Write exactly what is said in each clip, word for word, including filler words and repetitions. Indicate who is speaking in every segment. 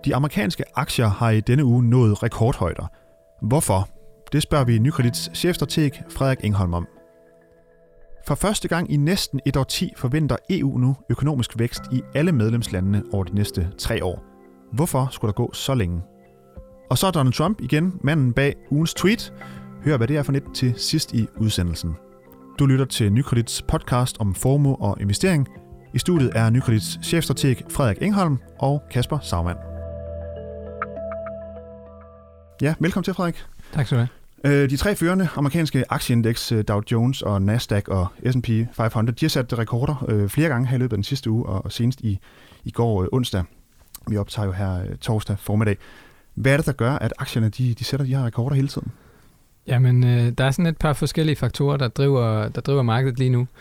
Speaker 1: De amerikanske aktier har i denne uge nået rekordhøjder. Hvorfor? Det spørger vi Nykredits chefstrateg Frederik Engholm om. For første gang i næsten et årti forventer E U nu økonomisk vækst i alle medlemslandene over de næste tre år. Hvorfor skulle der gå så længe? Og så er Donald Trump igen manden bag ugens tweet. Hør, hvad det er for net til sidst i udsendelsen. Du lytter til Nykredits podcast om formue og investering. I studiet er Nykredits chefstrateg Frederik Engholm og Kasper Sagmann. Ja, velkommen til, Frederik.
Speaker 2: Tak skal du have.
Speaker 1: De tre førende amerikanske aktieindeks, Dow Jones og Nasdaq og S and P fem hundrede, de har sat rekorder flere gange her i løbet af den sidste uge, og senest i, i går onsdag. Vi optager jo her torsdag formiddag. Hvad er det, der gør, at aktierne de, de sætter de her rekorder hele tiden?
Speaker 2: Jamen, øh, der er sådan et par forskellige faktorer, der driver, der driver markedet lige nu.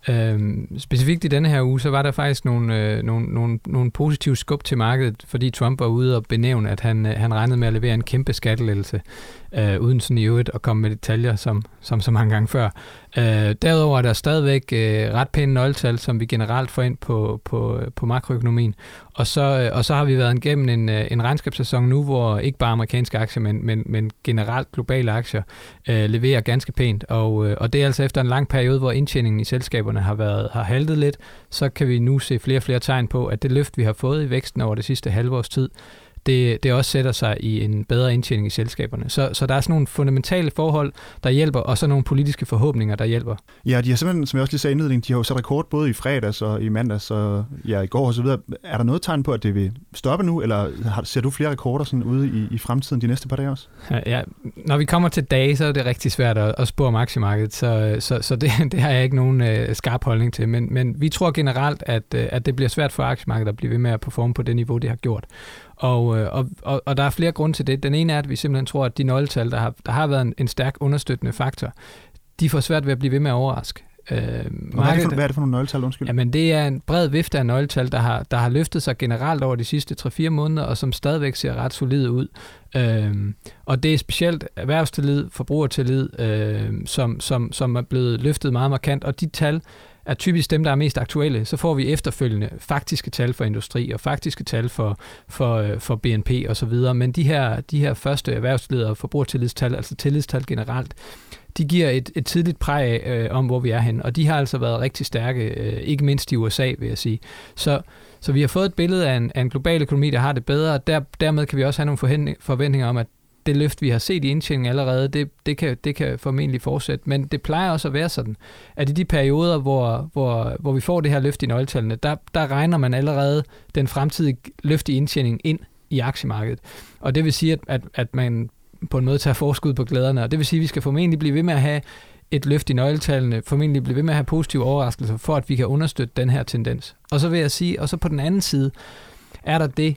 Speaker 2: Øhm, specifikt i denne her uge, så var der faktisk nogle, øh, nogle, nogle, nogle positive skub til markedet, fordi Trump var ude og benævne, at han, øh, han regnede med at levere en kæmpe skattelettelse, øh, uden sådan i øvrigt at komme med detaljer, som, som så mange gange før. Øh, derudover er der stadigvæk øh, ret pæne nøgletal, som vi generelt får ind på, på, på makroøkonomien. Og så, øh, og så har vi været igennem en, øh, en regnskabssæson nu, hvor ikke bare amerikanske aktier, men, men, men generelt globale aktier øh, leverer ganske pænt. Og, øh, og det er altså efter en lang periode, hvor indtjeningen i selskaberne har, været, har haltet lidt, så kan vi nu se flere og flere tegn på, at det løft, vi har fået i væksten over det sidste halve års tid, Det, det også sætter sig i en bedre indtjening i selskaberne. Så, så der er sådan nogle fundamentale forhold, der hjælper, og så nogle politiske forhåbninger, der hjælper.
Speaker 1: Ja, de har simpelthen, som jeg også lige sagde i indledningen, de har jo sat rekord både i fredags og i mandags og ja, i går og så videre. Er der noget tegn på, at det vil stoppe nu, eller ser du flere rekorder sådan ude i, i fremtiden de næste par dage også?
Speaker 2: Ja, ja, når vi kommer til dage, så er det rigtig svært at, at spå om aktiemarkedet, så, så, så det, det har jeg ikke nogen øh, skarp holdning til. Men, men vi tror generelt, at, øh, at det bliver svært for aktiemarkedet at blive ved med at performe på det niveau, det har gjort. Og, og, og, og der er flere grunde til det. Den ene er, at vi simpelthen tror, at de nøgletal, der har, der har været en, en stærk understøttende faktor, de får svært ved at blive ved med at overraske. Øh,
Speaker 1: hvad, er for, hvad er det for nogle nøgletal, undskyld?
Speaker 2: Jamen, det er en bred vifte af nøgletal, der har, der har løftet sig generelt over de sidste tre fire måneder, og som stadigvæk ser ret solide ud. Øh, og det er specielt erhvervstillid, forbrugertillid, øh, som, som, som er blevet løftet meget markant, og de tal er typisk dem, der er mest aktuelle. Så får vi efterfølgende faktiske tal for industri og faktiske tal for, for, for B N P og så videre. Men de her, de her første erhvervsledere og forbrugertillidstal, altså tillidstal generelt, de giver et, et tidligt præg øh, om, hvor vi er henne. Og de har altså været rigtig stærke, øh, ikke mindst i U S A, vil jeg sige. Så, så vi har fået et billede af en, af en global økonomi, der har det bedre. Der, dermed kan vi også have nogle forventninger om, at det løft, vi har set i indtjeningen allerede, det, det, kan, det kan formentlig fortsætte. Men det plejer også at være sådan, at i de perioder, hvor, hvor, hvor vi får det her løft i nøgletallene, der, der regner man allerede den fremtidige løft i indtjeningen ind i aktiemarkedet. Og det vil sige, at, at, at man på en måde tager forskud på glæderne. Og det vil sige, at vi skal formentlig blive ved med at have et løft i nøgletallene, formentlig blive ved med at have positive overraskelser, for at vi kan understøtte den her tendens. Og så vil jeg sige, og så på den anden side, er der det,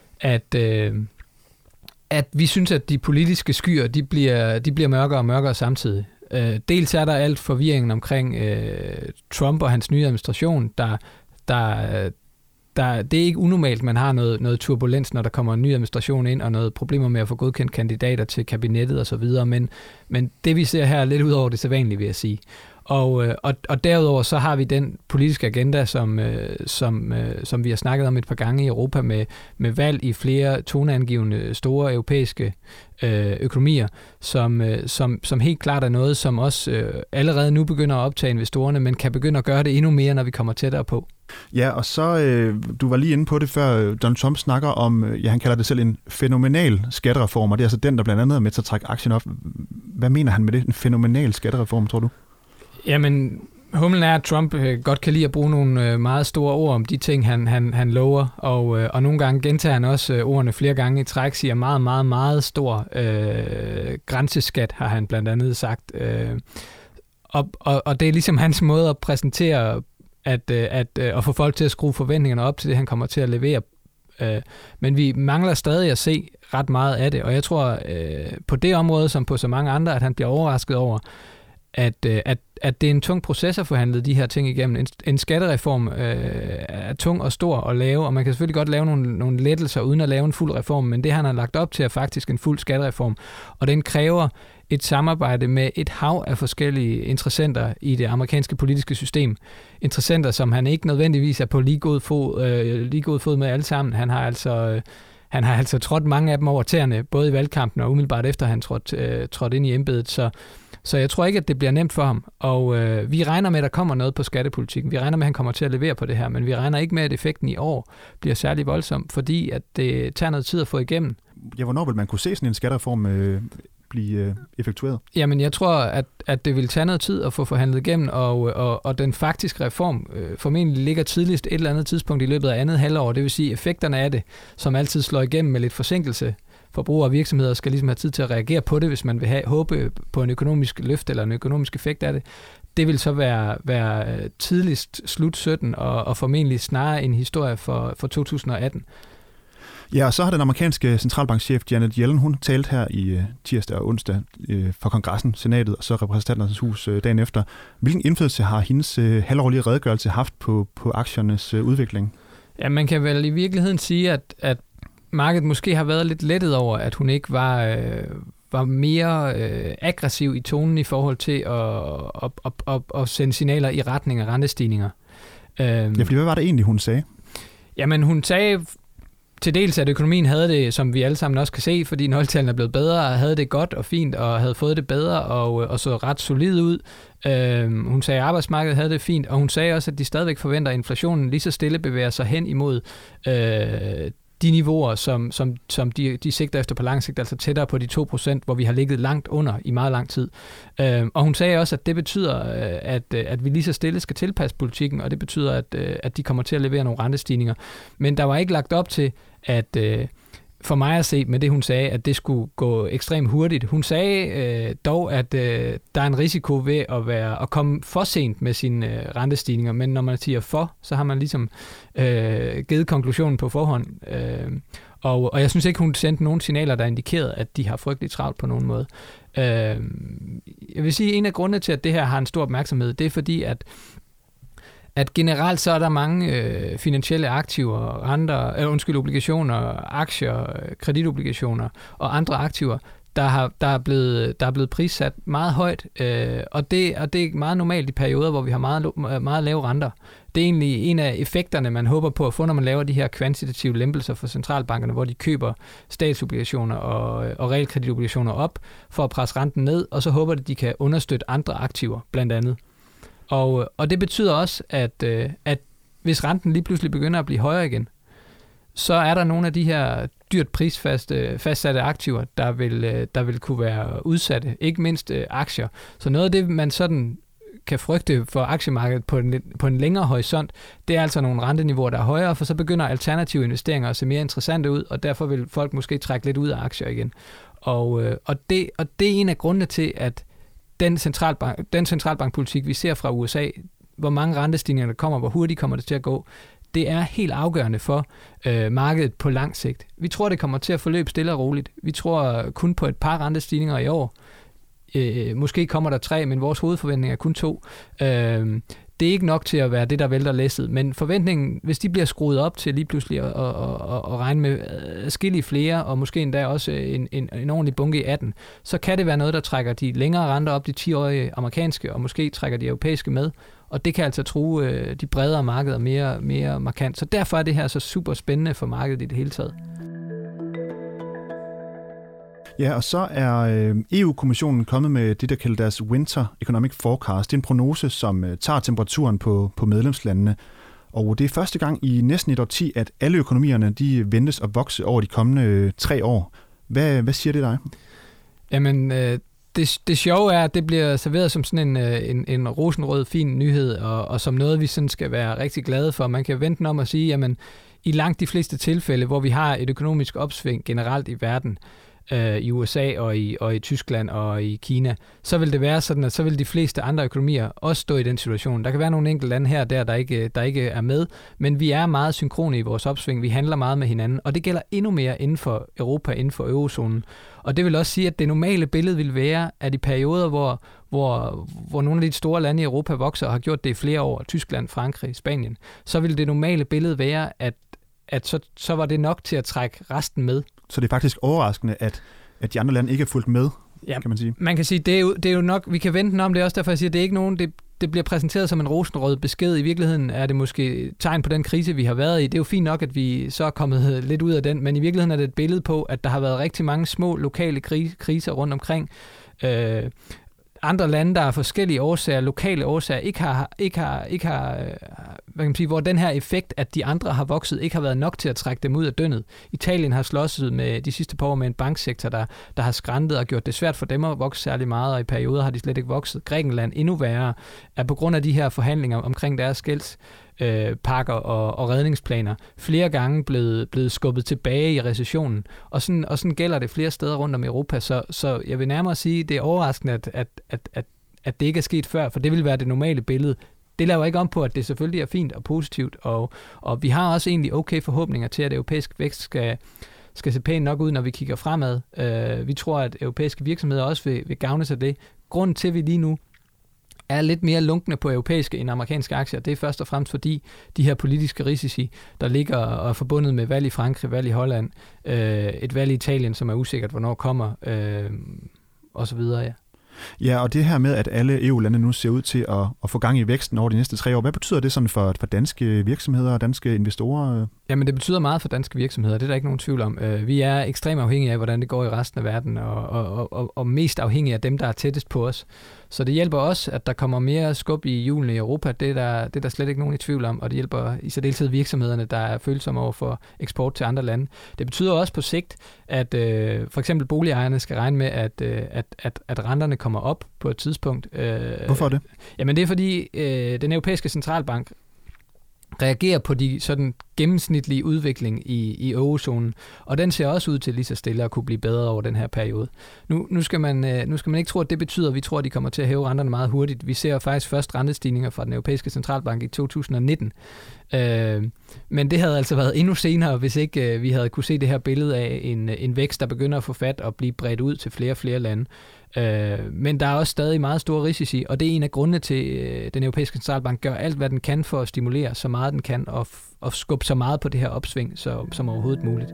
Speaker 2: at Øh, at vi synes, at de politiske skyer, de bliver, de bliver mørkere og mørkere samtidig. Øh, dels er der alt forvirringen omkring øh, Trump og hans nye administration, der, der, der, det er ikke unormalt, man har noget, noget turbulens, når der kommer en ny administration ind, og noget problemer med at få godkendt kandidater til kabinettet og så videre, men, men det vi ser her er lidt ud over det sædvanlige, vil jeg sige. Og, og, og derudover så har vi den politiske agenda, som, som, som vi har snakket om et par gange i Europa, med, med valg i flere toneangivende store europæiske øh, økonomier, som, som, som helt klart er noget, som også øh, allerede nu begynder at optage investorerne, men kan begynde at gøre det endnu mere, når vi kommer tættere på.
Speaker 1: Ja, og så, øh, du var lige inde på det før, Donald Trump snakker om, ja, han kalder det selv en fænomenal skattereform, og det er altså den, der blandt andet er med til at trække aktien op. Hvad mener han med det, en fænomenal skattereform, tror du?
Speaker 2: Jamen, humlen er, at Trump øh, godt kan lide at bruge nogle øh, meget store ord om de ting, han, han, han lover, og, øh, og nogle gange gentager han også øh, ordene flere gange i træk, siger meget, meget, meget stor øh, grænseskat, har han blandt andet sagt. Øh, og, og, og det er ligesom hans måde at præsentere, at, øh, at, øh, at få folk til at skrue forventningerne op til det, han kommer til at levere. Øh, men vi mangler stadig at se ret meget af det, og jeg tror øh, på det område, som på så mange andre, at han bliver overrasket over, At, at, at det er en tung proces at forhandle de her ting igennem. En, en skattereform øh, er tung og stor at lave, og man kan selvfølgelig godt lave nogle, nogle lettelser uden at lave en fuld reform, men det han har lagt op til er faktisk en fuld skattereform, og den kræver et samarbejde med et hav af forskellige interessenter i det amerikanske politiske system. Interessenter, som han ikke nødvendigvis er på lige god fod, øh, lige god fod med alle sammen. Han har altså... Øh, han har altså trådt mange af dem over tæerne, både i valgkampen og umiddelbart efter han trådte øh, trådt ind i embedet. Så, så jeg tror ikke, at det bliver nemt for ham. Og øh, vi regner med, at der kommer noget på skattepolitikken. Vi regner med, at han kommer til at levere på det her, men vi regner ikke med, at effekten i år bliver særlig voldsom, fordi at det tager noget tid at få igennem.
Speaker 1: Ja, hvornår vil man kunne se sådan en skattereform øh, blive øh, effektueret?
Speaker 2: Jamen, jeg tror, at, at det vil tage noget tid at få forhandlet igennem, og, og, og den faktiske reform øh, formentlig ligger tidligst et eller andet tidspunkt i løbet af andet halvår. Det vil sige, effekterne af det, som altid slår igennem med lidt forsinkelse. Forbrugere og virksomheder skal ligesom have tid til at reagere på det, hvis man vil have, håbe på en økonomisk løft eller en økonomisk effekt af det. Det vil så være, være tidligst slut sytten og, og formentlig snarere en historie for, for to tusind og atten.
Speaker 1: Ja, og så har den amerikanske centralbankchef Janet Yellen, hun talte her i uh, tirsdag og onsdag uh, for kongressen, senatet og så repræsentanternes hus uh, dagen efter. Hvilken indflydelse har hendes uh, halvårlige redegørelse haft på, på aktiernes uh, udvikling?
Speaker 2: Ja, man kan vel i virkeligheden sige, at, at markedet måske har været lidt lettet over, at hun ikke var, øh, var mere øh, aggressiv i tonen i forhold til at, at, at, at, at sende signaler i retning af rentestigninger.
Speaker 1: Ja, fordi hvad var det egentlig, hun sagde?
Speaker 2: Jamen, hun sagde til dels, at økonomien havde det, som vi alle sammen også kan se, fordi nøgletallene er blevet bedre, og havde det godt og fint, og havde fået det bedre, og, og så ret solid ud. Øhm, hun sagde, at arbejdsmarkedet havde det fint, og hun sagde også, at de stadigvæk forventer, at inflationen lige så stille bevæger sig hen imod øh, de niveauer, som, som, som de, de sigter efter på lang sigt, altså tættere på de to procent, hvor vi har ligget langt under i meget lang tid. Øhm, og hun sagde også, at det betyder, at, at vi lige så stille skal tilpasse politikken, og det betyder, at, at de kommer til at levere nogle rentestigninger. Men der var ikke lagt op til, at for mig at se med det, hun sagde, at det skulle gå ekstremt hurtigt. Hun sagde øh, dog, at øh, der er en risiko ved at, være, at komme for sent med sine øh, rentestigninger, men når man siger for, så har man ligesom øh, givet konklusionen på forhånd. Øh, og, og jeg synes ikke, hun sendte nogen signaler, der indikerede, at de har frygteligt travlt på nogen måde. Øh, jeg vil sige, at en af grundene til, at det her har en stor opmærksomhed, det er fordi, at at generelt så er der mange øh, finansielle aktiver, andre, øh, undskyld, obligationer, aktier, kreditobligationer og andre aktiver, der, har, der, er, blevet, der er blevet prissat meget højt, øh, og, det, og det er meget normalt i perioder, hvor vi har meget, meget lave renter. Det er egentlig en af effekterne, man håber på at få, når man laver de her kvantitative lempelser for centralbankerne, hvor de køber statsobligationer og, og realkreditobligationer op for at presse renten ned, og så håber de, at de kan understøtte andre aktiver, blandt andet. Og, og det betyder også, at, øh, at hvis renten lige pludselig begynder at blive højere igen, så er der nogle af de her dyrt prisfastsatte fastsatte aktiver, der vil, der vil kunne være udsatte, ikke mindst øh, aktier. Så noget af det, man sådan kan frygte for aktiemarkedet på en, på en længere horisont, det er altså nogle renteniveauer, der er højere, for så begynder alternative investeringer at se mere interessante ud, og derfor vil folk måske trække lidt ud af aktier igen. Og, øh, og, det, og det er en af grundene til, at Den, centralbank, den centralbankpolitik, vi ser fra U S A, hvor mange rentestigninger der kommer, hvor hurtigt kommer det til at gå, det er helt afgørende for øh, markedet på lang sigt. Vi tror, det kommer til at forløbe stille og roligt. Vi tror kun på et par rentestigninger i år. Øh, måske kommer der tre, men vores hovedforventning er kun to. Øh, det er ikke nok til at være det, der vælter læsset, men forventningen, hvis de bliver skruet op til lige pludselig at, at, at, at regne med adskillige flere, og måske endda også en, en, en ordentlig bunke i atten, så kan det være noget, der trækker de længere renter op, de ti-årige amerikanske, og måske trækker de europæiske med, og det kan altså true de bredere markeder mere, mere markant. Så derfor er det her så super spændende for markedet i det hele taget.
Speaker 1: Ja, og så er øh, E U-kommissionen kommet med det, der kalder deres Winter Economic Forecast. Det er en prognose, som øh, tager temperaturen på, på medlemslandene. Og det er første gang i næsten et årti, at alle økonomierne de ventes at vokse over de kommende øh, tre år. Hvad, hvad siger det dig?
Speaker 2: Jamen, øh, det, det sjove er, at det bliver serveret som sådan en, en, en rosenrød fin nyhed, og, og som noget, vi sådan skal være rigtig glade for. Man kan vente om at sige, jamen, i langt de fleste tilfælde, hvor vi har et økonomisk opsving generelt i verden, i U S A og i, og i Tyskland og i Kina, så vil det være sådan, at så vil de fleste andre økonomier også stå i den situation. Der kan være nogle enkelte lande her og der, der ikke, der ikke er med, men vi er meget synkrone i vores opsving. Vi handler meget med hinanden, og det gælder endnu mere inden for Europa, inden for eurozonen. Og det vil også sige, at det normale billede vil være, at i perioder, hvor, hvor, hvor nogle af de store lande i Europa vokser og har gjort det i flere år, Tyskland, Frankrig, Spanien, så vil det normale billede være, at at så, så var det nok til at trække resten med.
Speaker 1: Så det er faktisk overraskende, at, at de andre lande ikke er fulgt med,
Speaker 2: ja,
Speaker 1: kan man sige.
Speaker 2: Man kan sige, det er, jo, det er jo nok, vi kan vente om det også, derfor jeg siger, det er ikke nogen, det, det bliver præsenteret som en rosenrød besked. I virkeligheden er det måske tegn på den krise, vi har været i. Det er jo fint nok, at vi så er kommet lidt ud af den, men i virkeligheden er det et billede på, at der har været rigtig mange små lokale kriser rundt omkring. Øh, andre lande, der af forskellige årsager, lokale årsager, ikke har, ikke har, ikke har hvad kan man sige, hvor den her effekt, at de andre har vokset, ikke har været nok til at trække dem ud af dønnet. Italien har slåsset med de sidste par år med en banksektor, der, der har skræntet og gjort det svært for dem at vokse særlig meget, og i perioder har de slet ikke vokset. Grækenland endnu værre, er på grund af de her forhandlinger omkring deres gælds Øh, pakker og, og redningsplaner flere gange blevet, blevet skubbet tilbage i recessionen, og sådan, og sådan gælder det flere steder rundt om Europa, så, så jeg vil nærmere sige, at det er overraskende, at, at, at, at, at det ikke er sket før, for det vil være det normale billede. Det laver ikke om på, at det selvfølgelig er fint og positivt, og, og vi har også egentlig okay forhåbninger til, at europæisk vækst skal, skal se pænt nok ud, når vi kigger fremad. Øh, vi tror, at europæiske virksomheder også vil, vil gavne sig det. Grunden til, at vi lige nu er lidt mere lunkne på europæiske end amerikanske aktier. Det er først og fremmest fordi de her politiske risici, der ligger og er forbundet med valg i Frankrig, valg i Holland, øh, et valg i Italien, som er usikkert, hvornår kommer, øh, og så videre, ja.
Speaker 1: Ja, og det her med, at alle E U-lande nu ser ud til at, at få gang i væksten over de næste tre år, hvad betyder det sådan for, for danske virksomheder og danske investorer?
Speaker 2: Jamen, det betyder meget for danske virksomheder, det er der ikke nogen tvivl om. Vi er ekstremt afhængige af, hvordan det går i resten af verden, og, og, og, og mest afhængige af dem, der er tættest på os. Så det hjælper også, at der kommer mere skub i hjulene i Europa, det er, der, det er der slet ikke nogen i tvivl om, og det hjælper i særdeleshed virksomhederne, der er følsomme over for eksport til andre lande. Det betyder også på sigt, at øh, for eksempel boligejerne skal regne med, at, øh, at, at, at renterne kommer op på et tidspunkt. Øh,
Speaker 1: Hvorfor det?
Speaker 2: Jamen det er fordi, øh, den europæiske centralbank reagerer på de sådan gennemsnitlige udvikling i, i eurozonen, og den ser også ud til lige så stille at kunne blive bedre over den her periode. Nu, nu, skal man, nu skal man ikke tro, at det betyder, at vi tror, at de kommer til at hæve renterne meget hurtigt. Vi ser faktisk først rentestigninger fra den europæiske centralbank i to tusind nitten. Øh, men det havde altså været endnu senere, hvis ikke øh, vi havde kunne se det her billede af en, en vækst, der begynder at få fat og blive bredt ud til flere og flere lande. Øh, men der er også stadig meget store risici, og det er en af grundene til, at øh, den europæiske centralbank gør alt, hvad den kan for at stimulere så meget den kan, og, f- og skubbe så meget på det her opsving så, som overhovedet muligt.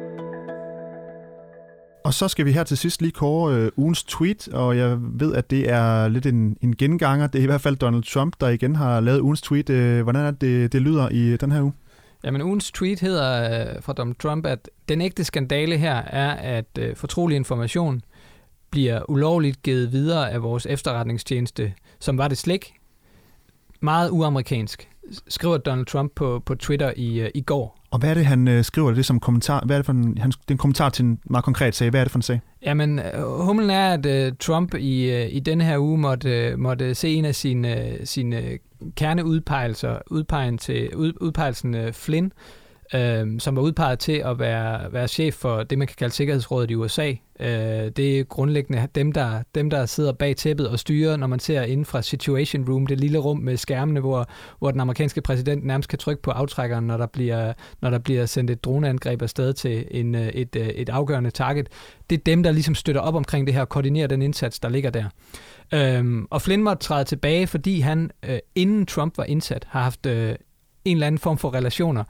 Speaker 1: Og så skal vi her til sidst lige kåre øh, ugens tweet, og jeg ved, at det er lidt en, en genganger. Det er i hvert fald Donald Trump, der igen har lavet ugens tweet. Øh, hvordan er det, det lyder i den her uge?
Speaker 2: Jamen, ugens tweet hedder øh, fra Donald Trump, at den ægte skandale her er, at øh, fortrolig information bliver ulovligt givet videre af vores efterretningstjeneste, som var det slik. Meget uamerikansk, skriver Donald Trump på, på Twitter i, uh, i går.
Speaker 1: Og hvad er det, han uh, skriver det som kommentar? Hvad er det for en, han, det er en kommentar til en meget konkret sag. Hvad er det for en sag?
Speaker 2: Jamen, uh, humlen er, at uh, Trump i, uh, i denne her uge måtte, uh, måtte se en af sine, uh, sine kerneudpegelser, udpegelsen til ud, udpegelsen uh, Flynn, Uh, som var udpeget til at være, være chef for det, man kan kalde Sikkerhedsrådet i U S A. Uh, det er grundlæggende dem der, dem, der sidder bag tæppet og styrer, når man ser inden fra Situation Room, det lille rum med skærmene, hvor, hvor den amerikanske præsident nærmest kan trykke på aftrækkeren, når der bliver, når der bliver sendt et droneangreb afsted til en, et, et afgørende target. Det er dem, der ligesom støtter op omkring det her og koordinerer den indsats, der ligger der. Uh, og Flynn måtte træde tilbage, fordi han, uh, inden Trump var indsat, har haft uh, en eller anden form for relationer,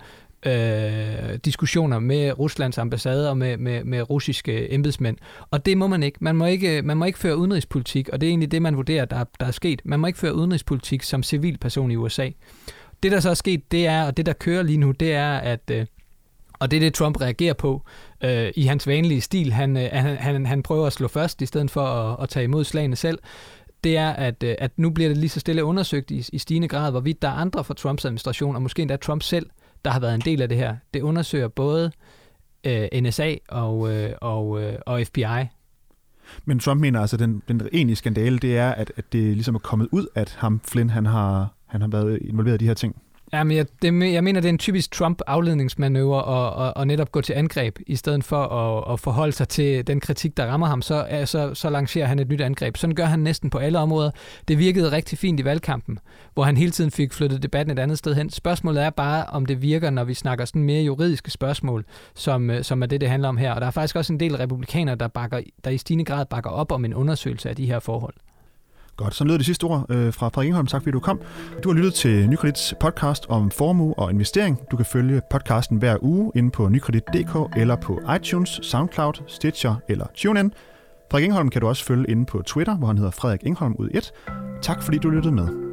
Speaker 2: Øh, diskussioner med Ruslands ambassade og med, med, med russiske embedsmænd. Og det må man ikke. Man må ikke, man må ikke føre udenrigspolitik, og det er egentlig det, man vurderer, der, der er sket. Man må ikke føre udenrigspolitik som civilperson i U S A. Det, der så er sket, det er, og det, der kører lige nu, det er, at øh, og det er det, Trump reagerer på øh, i hans vanlige stil. Han, øh, han, han, han prøver at slå først, i stedet for at, at tage imod slagene selv. Det er, at, at nu bliver det lige så stille undersøgt i, i stigende grad, hvorvidt der er andre fra Trumps administration, og måske endda Trump selv, der har været en del af det her. Det undersøger både øh, N S A og, øh, og, øh, og F B I. Men
Speaker 1: Trump mener altså, at den, den egentlige skandale, det er, at, at det ligesom er kommet ud, at ham, Flynn, han har, han har været involveret i de her ting.
Speaker 2: Jamen, jeg, det, jeg mener, det er en typisk Trump-afledningsmanøvre og, og, og netop gå til angreb, i stedet for at, at forholde sig til den kritik, der rammer ham, så, så, så lancerer han et nyt angreb. Sådan gør han næsten på alle områder. Det virkede rigtig fint i valgkampen, hvor han hele tiden fik flyttet debatten et andet sted hen. Spørgsmålet er bare, om det virker, når vi snakker sådan mere juridiske spørgsmål, som, som er det, det handler om her. Og der er faktisk også en del republikanere, der, bakker, der i stigende grad bakker op om en undersøgelse af de her forhold.
Speaker 1: Godt, så lød det sidste ord øh, fra Frederik Engholm. Tak fordi du kom. Du har lyttet til Nykredits podcast om formue og investering. Du kan følge podcasten hver uge inde på nykredit punktum d k eller på iTunes, SoundCloud, Stitcher eller TuneIn. Frederik Engholm kan du også følge inde på Twitter, hvor han hedder Frederik Engholm ud et. Tak fordi du lyttede med.